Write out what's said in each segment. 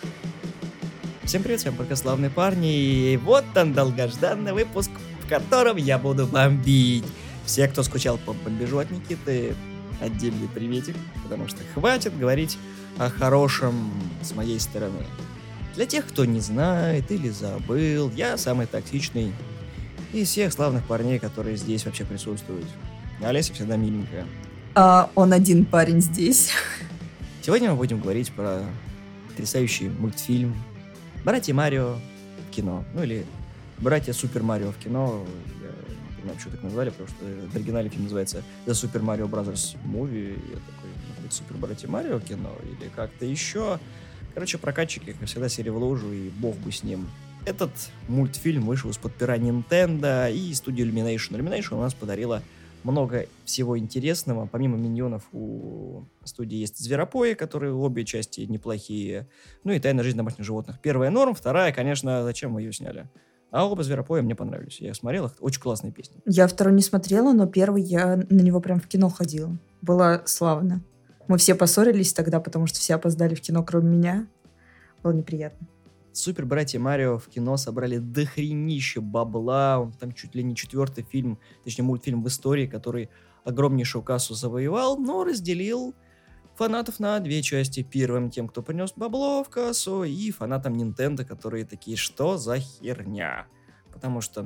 Всем привет, с вами подкаст «Славные парни», и вот он, долгожданный выпуск, в котором я буду бомбить. Все, кто скучал по бомбежу от Никиты, отдельный приветик, потому что хватит говорить о хорошем с моей стороны. Для тех, кто не знает или забыл, я самый токсичный из всех славных парней, которые здесь вообще присутствуют. Олеся всегда миленькая. Он один парень здесь. Сегодня мы будем говорить про потрясающий мультфильм «Братья Марио в кино». Ну или «Братья Супер Марио в кино». Я не понимаю, почему так назвали, потому что в оригинале фильм называется «The Super Mario Brothers Movie». Я такой, может быть, «Супер Братья Марио в кино» или как-то еще. Короче, прокатчики, как всегда, сели в лужу, и бог бы с ним. Этот мультфильм вышел из-под пера Nintendo и студии Illumination. Illumination у нас подарила много всего интересного. Помимо миньонов у студии есть Зверопои, которые обе части неплохие. Ну и Тайная жизнь домашних животных. Первая норм, вторая, конечно, зачем мы ее сняли? А оба Зверопоя мне понравились. Я их смотрел, очень классные песни. Я второй не смотрела, но первый я на него прям в кино ходила. Было славно. Мы все поссорились тогда, потому что все опоздали в кино, кроме меня. Было неприятно. Супер Братья Марио в кино собрали дохренище бабла. Он там чуть ли не 4-й фильм, точнее мультфильм в истории, который огромнейшую кассу завоевал, но разделил фанатов на две части. Первым тем, кто принес бабло в кассу, и фанатам Nintendo, которые такие, что за херня? Потому что,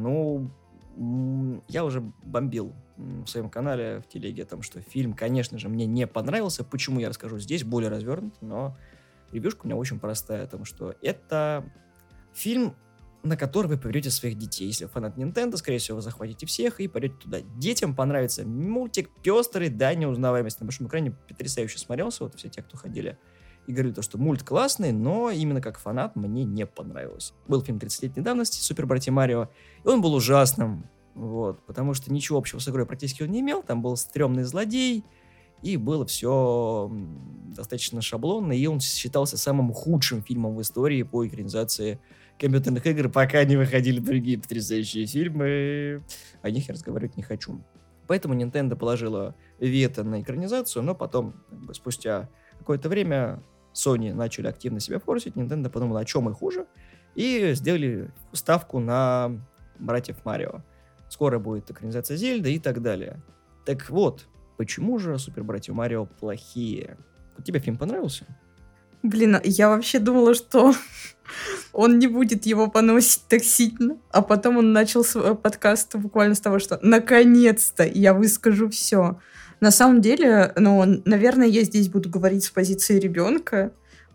я уже бомбил в своем канале в телеге о том, что фильм, конечно же, мне не понравился. Почему, я расскажу здесь, более развернут, но ревьюшка у меня очень простая, о том, что это фильм, на который вы поведете своих детей. Если вы фанат Nintendo, скорее всего, вы захватите всех и пойдете туда. Детям понравится мультик пестрый, да, неузнаваемость. На большом экране потрясающе смотрелся. Вот все те, кто ходили и говорили то, что мульт классный, но именно как фанат мне не понравилось. Был фильм 30-летней давности «Супер Братья Марио», и он был ужасным, потому что ничего общего с игрой практически он не имел. Там был стрёмный злодей, и было все достаточно шаблонно, и он считался самым худшим фильмом в истории по экранизации компьютерных игр, пока не выходили другие потрясающие фильмы. О них я разговаривать не хочу. Поэтому Nintendo положила вето на экранизацию, но потом, спустя какое-то время, Sony начали активно себя форсить, Nintendo подумала, о чем и хуже, и сделали ставку на братьев Марио. Скоро будет экранизация Зельды и так далее. Так вот, почему же Супер Братья Марио плохие? Тебе фильм понравился? Блин, я вообще думала, что он не будет его поносить так сильно. А потом он начал свой подкаст буквально с того, что наконец-то я выскажу все. На самом деле, наверное, я здесь буду говорить с позиции ребенка.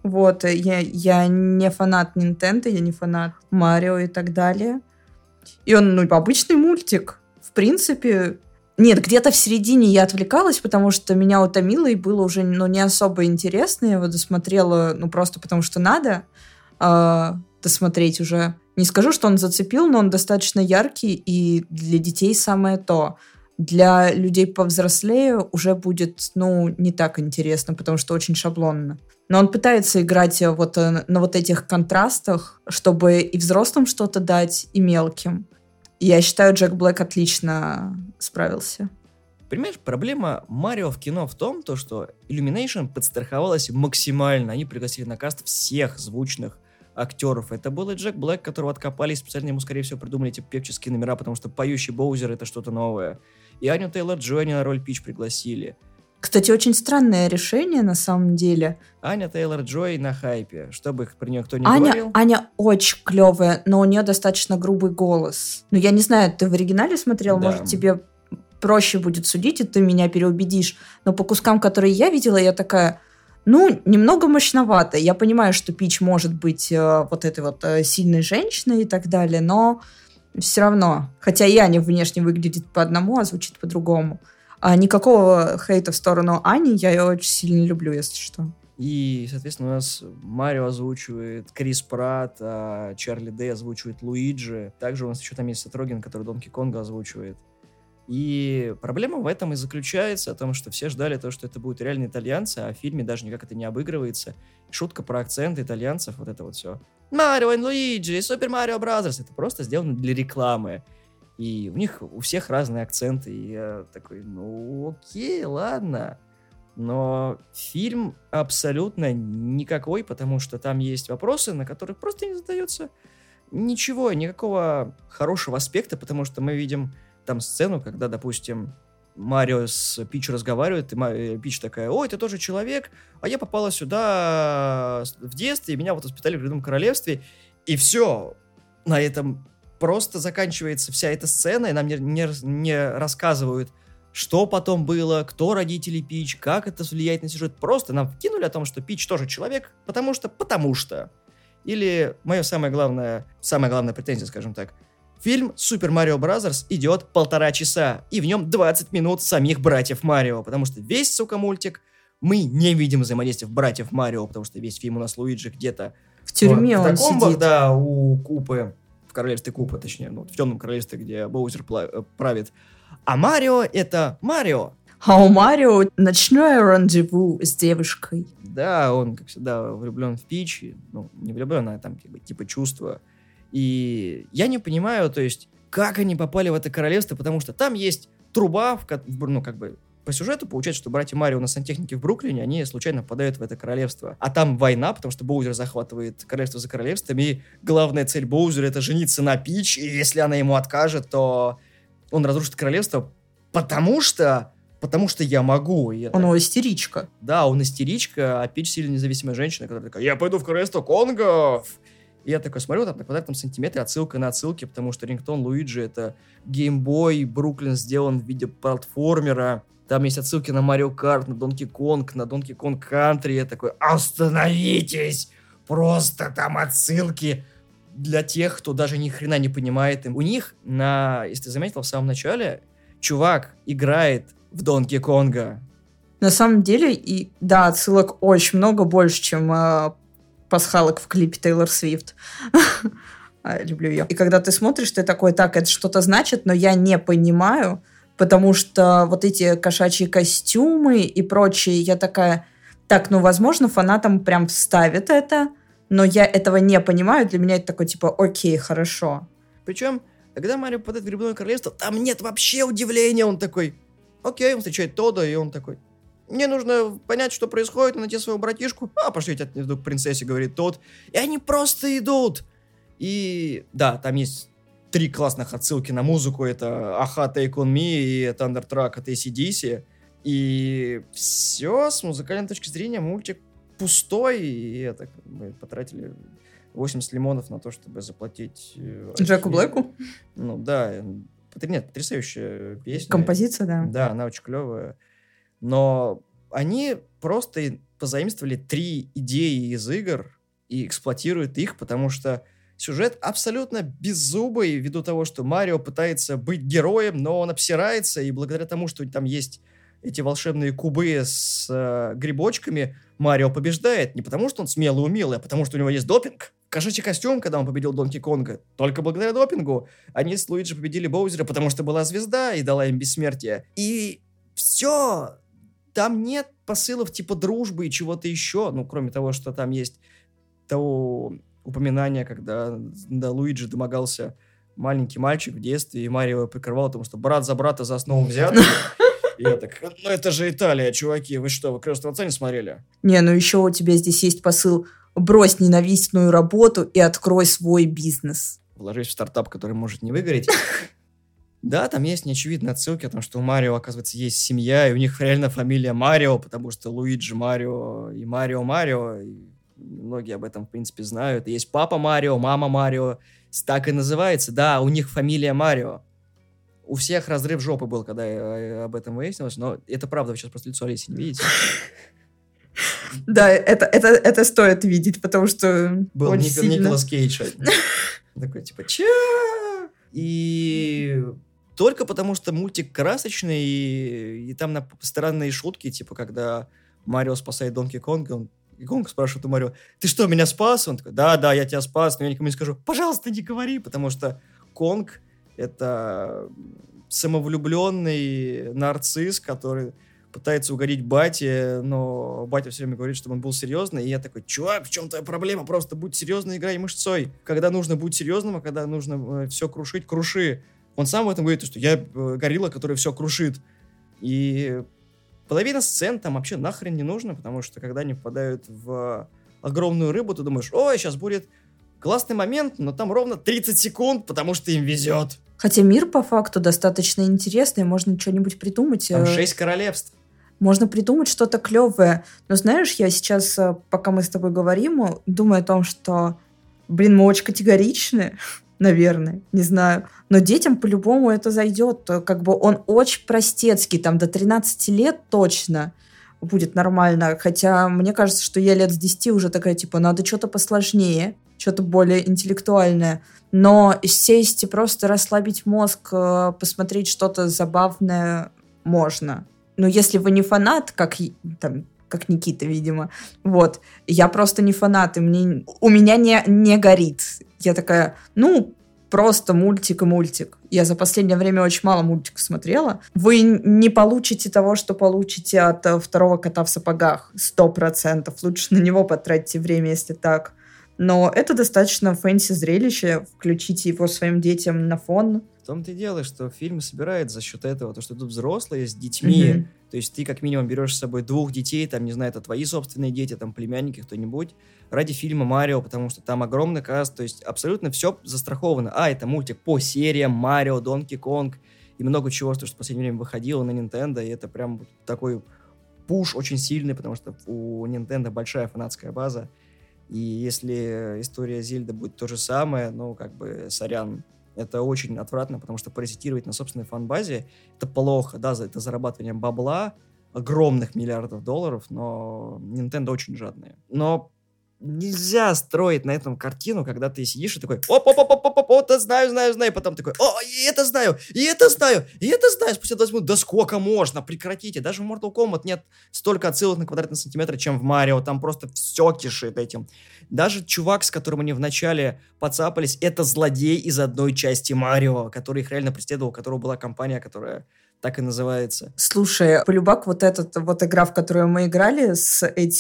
Я не фанат Nintendo, я не фанат Марио и так далее. И он, обычный мультик. В принципе... Нет, где-то в середине я отвлекалась, потому что меня утомило и было уже не особо интересно. Я его досмотрела, просто потому что надо досмотреть уже. Не скажу, что он зацепил, но он достаточно яркий, и для детей самое то. Для людей повзрослее уже будет, не так интересно, потому что очень шаблонно. Но он пытается играть на этих контрастах, чтобы и взрослым что-то дать, и мелким. Я считаю, Джек Блэк отлично справился. Понимаешь, проблема Марио в кино в том, что Illumination подстраховалась максимально. Они пригласили на каст всех звучных актеров. Это был и Джек Блэк, которого откопали, и специально ему, скорее всего, придумали эти певческие номера, потому что поющий Боузер — это что-то новое. И Аню Тейлор-Джой они на роль Пич пригласили. Кстати, очень странное решение, на самом деле. Аня Тейлор-Джой на хайпе. Чтобы про нее кто не говорил. Аня очень клевая, но у нее достаточно грубый голос. Я не знаю, ты в оригинале смотрел? Да. Может, тебе проще будет судить, и ты меня переубедишь. Но по кускам, которые я видела, я такая... немного мощновато. Я понимаю, что Пич может быть этой сильной женщиной и так далее, но все равно. Хотя и Аня внешне выглядит по одному, а звучит по-другому. А никакого хейта в сторону Ани, я ее очень сильно люблю, если что. И, соответственно, у нас Марио озвучивает Крис Пратт, а Чарли Дэй озвучивает Луиджи. Также у нас еще там есть Сет Роген, который Донки Конга озвучивает. И проблема в этом и заключается, о том, что все ждали то, что это будут реальные итальянцы, а в фильме даже никак это не обыгрывается. Шутка про акцент итальянцев, вот это все. Марио и Луиджи, Супер Марио Бразерс. Это просто сделано для рекламы. И у них у всех разные акценты. И я такой, окей, ладно. Но фильм абсолютно никакой, потому что там есть вопросы, на которых просто не задается ничего, никакого хорошего аспекта, потому что мы видим там сцену, когда, допустим, Марио с Пич разговаривает, и Пич такая: ой, ты тоже человек, а я попала сюда в детстве, и меня вот воспитали в Грязном Королевстве, и все. На этом просто заканчивается вся эта сцена, и нам не рассказывают, что потом было, кто родители Пич, как это влияет на сюжет. Просто нам вкинули о том, что Пич тоже человек, потому что. Или моя самая главная претензия, скажем так. Фильм Super Mario Bros. Идет 1,5 часа, и в нем 20 минут самих братьев Марио, потому что весь, сука, мультик мы не видим взаимодействия братьев Марио, потому что весь фильм у нас Луиджи где-то в тюрьме он сидит. Да, у Купы, в королевстве Купы, точнее, ну, в темном королевстве, где Боузер правит. А Марио — это Марио. А у Марио ночное рандеву с девушкой. Да, он, как всегда, влюблен в Пич. Ну, не влюблен, а там типа чувства. И я не понимаю, то есть, как они попали в это королевство, потому что там есть труба, ну, как бы, по сюжету получается, что братья Марио на сантехнике в Бруклине, они случайно попадают в это королевство. А там война, потому что Боузер захватывает королевство за королевством, и главная цель Боузера — это жениться на Пич, и если она ему откажет, то он разрушит королевство, потому что я могу. Он истеричка. Да, он истеричка, а Пич сильно независимая женщина, которая такая: я пойду в королевство Конгов. И я такой смотрю, там на квадратном сантиметре отсылка на отсылки, потому что рингтон Луиджи — это геймбой, Бруклин сделан в виде платформера. Там есть отсылки на Марио Карт, на Донки Конг, на Донки Конг Кантри. Я такой: остановитесь! Просто там отсылки для тех, кто даже ни хрена не понимает. У них, если ты заметил, в самом начале чувак играет в Донки Конга. На самом деле, да, отсылок очень много, больше, чем пасхалок в клипе Тейлор Свифт. Люблю ее. И когда ты смотришь, ты такой: так, это что-то значит, но я не понимаю, потому что вот эти кошачьи костюмы и прочее, я такая: так, ну, возможно, фанатам прям вставят это, но я этого не понимаю, для меня это такой, типа, окей, хорошо. Причем, когда Марио попадает в Грибное Королевство, там нет вообще удивления, он такой: окей, он встречает Тодда, и он такой: мне нужно понять, что происходит, найти своего братишку. Пошли, я тебя отведу к принцессе, говорит Тодд. И они просто идут. И да, там есть 3 классных отсылки на музыку. Это Аха, Take On Me и Thunderstruck от AC/DC. И все, с музыкальной точки зрения мультик пустой. И мы потратили 80 лимонов на то, чтобы заплатить Джеку Блэку? Ну да, нет, потрясающая песня. Композиция, да. Да, она очень клевая. Но они просто позаимствовали 3 идеи из игр и эксплуатируют их, потому что сюжет абсолютно беззубый, ввиду того, что Марио пытается быть героем, но он обсирается, и благодаря тому, что там есть эти волшебные кубы с грибочками, Марио побеждает. Не потому, что он смелый и умелый, а потому, что у него есть допинг. Кошачий костюм, когда он победил Донки Конга, только благодаря допингу. Они с Луиджи победили Боузера, потому что была звезда и дала им бессмертие. И все. Там нет посылов типа дружбы и чего-то еще, ну, кроме того, что там есть того упоминания, когда до Луиджи домогался маленький мальчик в детстве, и Марио прикрывал, потому что брат за брата за основу взят. И я так: ну это же Италия, чуваки, вы что, вы «Крестного отца» не смотрели? Не, ну еще у тебя здесь есть посыл: брось ненавистную работу и открой свой бизнес. Вложись в стартап, который может не выгореть. Да, там есть неочевидные отсылки о том, что у Марио, оказывается, есть семья, и у них реально фамилия Марио, потому что Луиджи Марио и Марио Марио. И многие об этом, в принципе, знают. Есть папа Марио, мама Марио. Так и называется. Да, у них фамилия Марио. У всех разрыв жопы был, когда об этом выяснилось, но это правда, вы сейчас просто лицо Олеси не видите. Да, это стоит видеть, потому что был очень сильно... Николас Кейдж. Такой, типа, ча? И только потому, что мультик красочный, и там странные шутки, типа, когда Марио спасает Донки Конга, и Конг спрашивает у Марио: ты что, меня спас? Он такой: да, я тебя спас, но я никому не скажу. Пожалуйста, не говори, потому что Конг — это самовлюбленный нарцисс, который пытается угодить бате, но батя все время говорит, чтобы он был серьезный, и я такой: чувак, в чем твоя проблема? Просто будь серьезный, играй мышцой. Когда нужно, будь серьезным, а когда нужно все крушить, круши. Он сам в этом говорит, что я горилла, которая все крушит. И половина сцен там вообще нахрен не нужно, потому что когда они попадают в огромную рыбу, ты думаешь, ой, сейчас будет классный момент, но там ровно 30 секунд, потому что им везет. Хотя мир по факту достаточно интересный, можно что-нибудь придумать. Там 6 королевств. Можно придумать что-то клевое. Но знаешь, я сейчас, пока мы с тобой говорим, думаю о том, что, мы очень категоричны, наверное, не знаю. Но детям по-любому это зайдет. Как бы он очень простецкий, там до 13 лет точно будет нормально. Хотя мне кажется, что я лет с 10 уже такая, типа, надо что-то посложнее, что-то более интеллектуальное. Но сесть и просто расслабить мозг, посмотреть что-то забавное можно. Но если вы не фанат, как Никита, видимо, вот, я просто не фанат, и у меня не горит. Я такая, просто мультик и мультик. Я за последнее время очень мало мультиков смотрела. Вы не получите того, что получите от «Второго кота в сапогах». 100%. Лучше на него потратьте время, если так. Но это достаточно фэнси-зрелище. Включите его своим детям на фон. В том-то и дело, что фильм собирает за счет этого, то, что тут взрослые с детьми. То есть ты как минимум берешь с собой 2 детей, там, не знаю, это твои собственные дети, там, племянники, кто-нибудь, ради фильма «Марио», потому что там огромный каст, то есть абсолютно все застраховано. Это мультик по сериям «Марио», «Донки Конг» и много чего, что в последнее время выходило на Nintendo, и это прям такой пуш очень сильный, потому что у Nintendo большая фанатская база, и если история Зельды будет то же самое, сорян, это очень отвратно, потому что паразитировать на собственной фан-базе это плохо, да, это зарабатывание бабла, огромных миллиардов долларов, но Nintendo очень жадные. Но нельзя строить на этом картину, когда ты сидишь и такой, оп, знаю, потом такой, и это знаю, и это знаю, и это знаю, спустя 20 минут, да сколько можно, прекратите, даже в Mortal Kombat нет столько отсылок на квадратный сантиметр, чем в Марио, там просто все кишит этим. Даже чувак, с которым они вначале поцапались, это злодей из одной части Марио, который их реально преследовал, у которого была компания, которая так и называется. Слушай, полюбак, вот эта игра, в которую мы играли с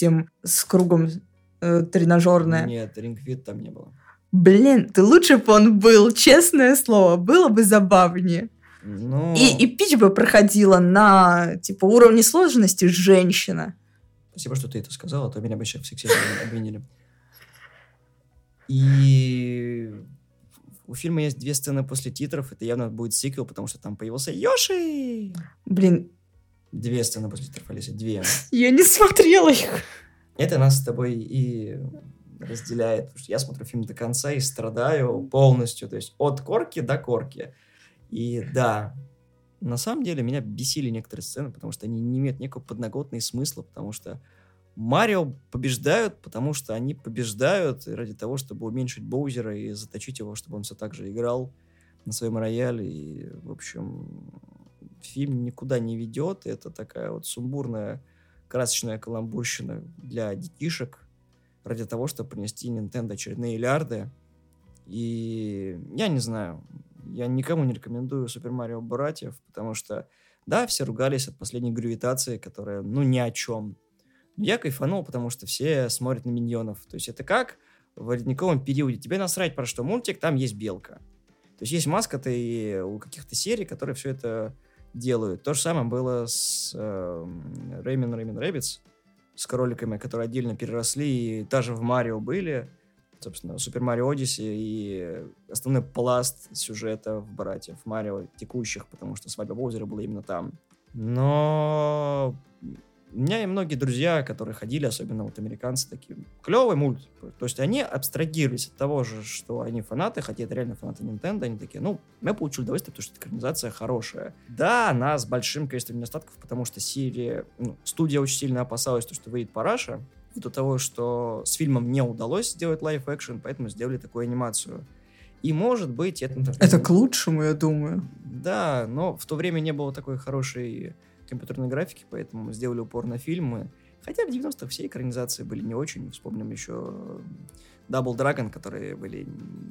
кругом тренажерная. Нет, Ring Fit там не было. Ты лучше бы он был, честное слово, было бы забавнее. И Пич бы проходила на, уровне сложности женщина. Спасибо, что ты это сказала, а то меня бы сейчас в сексизме обвинили. И у фильма есть 2 сцены после титров, это явно будет сиквел, потому что там появился Йоши! 2 сцены после титров, Алиса, 2. Я не смотрела их. Это нас с тобой и разделяет, потому что я смотрю фильм до конца и страдаю полностью, то есть от корки до корки. И да, на самом деле меня бесили некоторые сцены, потому что они не имеют никакого подноготного смысла, потому что Марио побеждают, потому что они побеждают ради того, чтобы уменьшить Боузера и заточить его, чтобы он все так же играл на своем рояле. И, в общем, фильм никуда не ведет. Это такая вот сумбурная, красочная каламбурщина для детишек ради того, чтобы принести Nintendo очередные миллиарды. И я не знаю, я никому не рекомендую Супер Марио Братьев, потому что, да, все ругались от последней гравитации, которая, ни о чем. Я кайфанул, потому что все смотрят на миньонов. То есть это как в ледниковом периоде. Тебе насрать про что мультик, там есть белка. То есть есть маскоты у каких-то серий, которые все это делают. То же самое было с Rayman Rabbids, с кроликами, которые отдельно переросли и даже в Марио были. Собственно, Супер Марио Одиссе и основной пласт сюжета в братьев Марио текущих, потому что свадьба Боузера была именно там. Но у меня и многие друзья, которые ходили, особенно вот американцы, такие, клевый мульт. То есть они абстрагировались от того же, что они фанаты, хотя это реально фанаты Nintendo, они такие, мы получили удовольствие, потому что экранизация хорошая. Да, она с большим количеством недостатков, потому что студия очень сильно опасалась, что выйдет параша, ввиду того, что с фильмом не удалось сделать лайв-экшен, поэтому сделали такую анимацию. И, может быть, это к лучшему, я думаю. Да, но в то время не было такой хорошей компьютерной графики, поэтому сделали упор на фильмы. Хотя в 90-х все экранизации были не очень. Вспомним еще Double Dragon, которые были...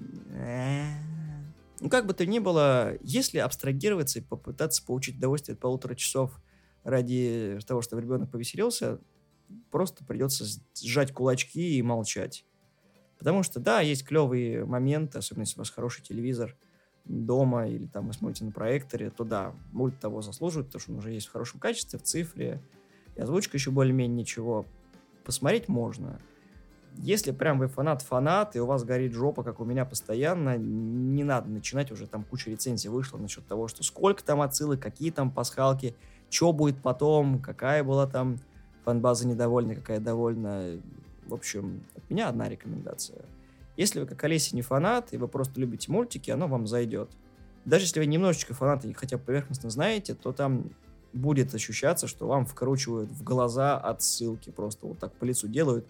как бы то ни было, если абстрагироваться и попытаться получить удовольствие от 1,5 часов ради того, чтобы ребенок повеселился, просто придется сжать кулачки и молчать. Потому что, да, есть клевые моменты, особенно если у вас хороший телевизор дома или там вы смотрите на проекторе, то да, мульт того заслуживает, потому что он уже есть в хорошем качестве, в цифре, и озвучка еще более-менее ничего. Посмотреть можно. Если прям вы фанат, и у вас горит жопа, как у меня постоянно, не надо начинать, уже там куча рецензий вышла насчет того, что сколько там отсылок, какие там пасхалки, что будет потом, какая была там фан-база недовольна, какая довольна. В общем, от меня одна рекомендация. Если вы, как Олеся, не фанат, и вы просто любите мультики, оно вам зайдет. Даже если вы немножечко фанат и хотя бы поверхностно знаете, то там будет ощущаться, что вам вкручивают в глаза отсылки, просто вот так по лицу делают.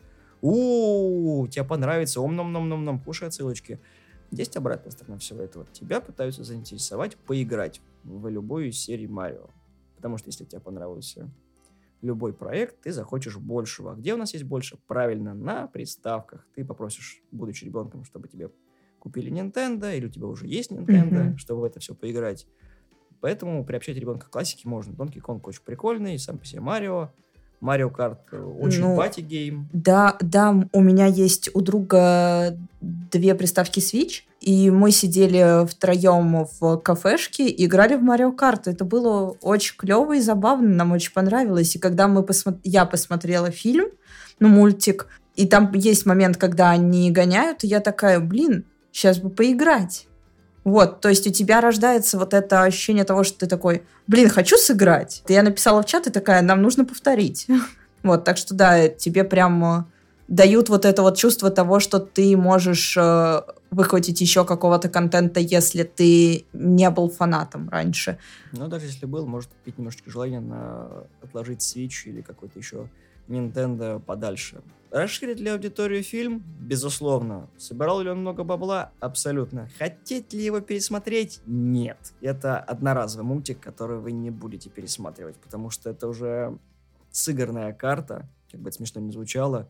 Тебе понравится, ом-ном-ном-ном-ном, кушай отсылочки. Есть обратная сторона всего этого. Тебя пытаются заинтересовать, поиграть в любую из серий Марио. Потому что если тебе понравился любой проект, ты захочешь большего. А где у нас есть больше? Правильно, на приставках. Ты попросишь, будучи ребенком, чтобы тебе купили Nintendo, или у тебя уже есть Nintendo, чтобы в это все поиграть. Поэтому приобщать ребенка к классике можно. Donkey Kong очень прикольный, сам по себе Марио. Марио Карт очень пати-гейм. Да, у меня есть у друга 2 приставки Switch, и мы сидели втроем в кафешке и играли в Марио Карт. Это было очень клево и забавно, нам очень понравилось. И когда я посмотрела фильм, мультик, и там есть момент, когда они гоняют, и я такая, сейчас бы поиграть. Вот, то есть у тебя рождается вот это ощущение того, что ты такой, хочу сыграть. Я написала в чат и такая, нам нужно повторить. Вот, так что да, тебе прям дают вот это вот чувство того, что ты можешь выхватить еще какого-то контента, если ты не был фанатом раньше. Ну, даже если был, может быть немножечко желание отложить Switch или какой-то еще Nintendo подальше. Расширит ли аудиторию фильм? Безусловно. Собирал ли он много бабла? Абсолютно. Хотите ли его пересмотреть? Нет. Это одноразовый мультик, который вы не будете пересматривать, потому что это уже сыгранная карта, как бы это смешно не звучало.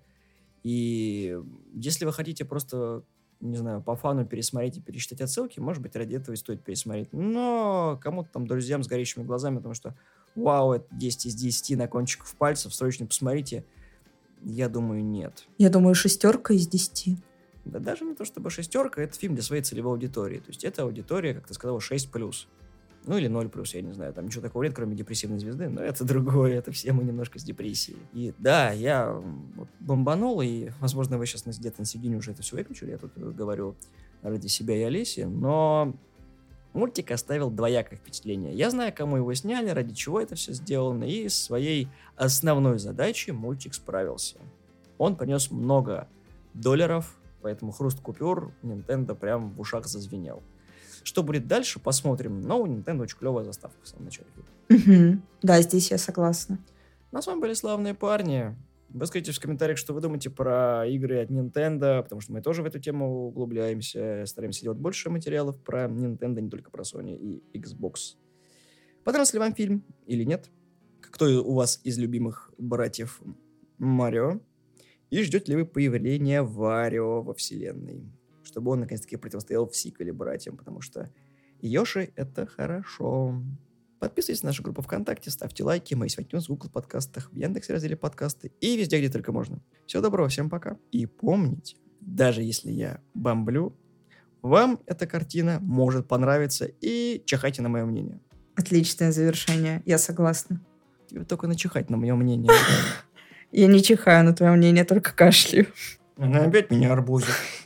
И если вы хотите просто, не знаю, по фану пересмотреть и перечитать отсылки, может быть, ради этого и стоит пересмотреть. Но кому-то там, друзьям с горящими глазами, потому что вау, это 10 из 10 на кончиках пальцев, срочно посмотрите. Я думаю, нет. Я думаю, 6 из 10. Да даже не то чтобы 6, это фильм для своей целевой аудитории. То есть это аудитория, как ты сказала, 6+. Ну или 0+, я не знаю. Там ничего такого нет, кроме депрессивной звезды, но это другое, это все мы немножко с депрессией. И да, я бомбанул, и, возможно, вы сейчас где-то на середине уже это все выключили, я тут говорю ради себя и Олеси, но мультик оставил двоякое впечатление. Я знаю, кому его сняли, ради чего это все сделано, и с своей основной задачей мультик справился. Он принес много долларов, поэтому хруст купюр Nintendo прям в ушах зазвенел. Что будет дальше, посмотрим. Но у Nintendo очень клевая заставка в самом начале. Да, здесь я согласна. Ну, а с вами были славные парни. Вы скажите в комментариях, что вы думаете про игры от Nintendo, потому что мы тоже в эту тему углубляемся, стараемся делать больше материалов про Nintendo, не только про Sony и Xbox. Понравился ли вам фильм или нет? Кто у вас из любимых братьев Марио? И ждете ли вы появления Варио во вселенной? Чтобы он, наконец-таки, противостоял в сиквеле братьям, потому что Йоши — это хорошо. Подписывайтесь на нашу группу ВКонтакте, ставьте лайки, мы есть в iTunes, в Google подкастах, в Яндекс.Разделе подкасты и везде, где только можно. Всего доброго, всем пока. И помните, даже если я бомблю, вам эта картина может понравиться, и чихайте на мое мнение. Отличное завершение, я согласна. Тебе только начихать на мое мнение. Я не чихаю на твое мнение, только кашляю. Она опять меня арбузит.